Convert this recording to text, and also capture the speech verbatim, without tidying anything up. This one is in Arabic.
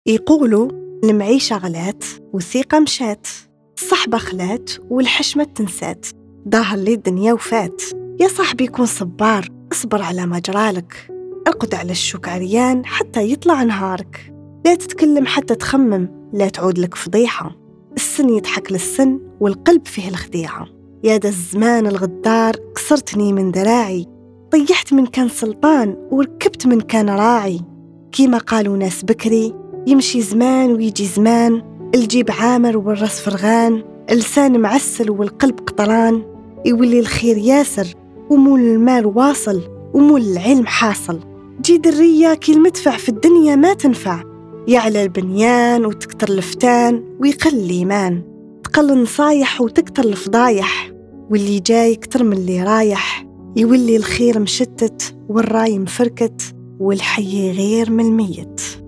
يقولوا المعيشة غلات والثقة مشات، الصحبة خلات والحشمة تنسات، ظاهر لي الدنيا وفات. يا صاحبي كون صبار، اصبر على ما جرالك، ارقد على الشوك عريان حتى يطلع نهارك. لا تتكلم حتى تخمم، لا تعود لك فضيحة. السن يضحك للسن والقلب فيه الخديعة. يا دا الزمان الغدار، كسرتني من ذراعي، طيحت من كان سلطان وركبت من كان راعي. كيما قالوا ناس بكري، يمشي زمان ويجي زمان، الجيب عامر والراس فرغان، اللسان معسل والقلب قطران. يولي الخير ياسر ومول المال واصل، ومول العلم حاصل. جي درية كي المدفع في الدنيا ما تنفع، يعلى البنيان وتكتر الفتان ويقل الإيمان، تقل نصايح وتكتر الفضايح، واللي جاي كتر من اللي رايح. يولي الخير مشتت والراي مفركت، والحي غير من الميت.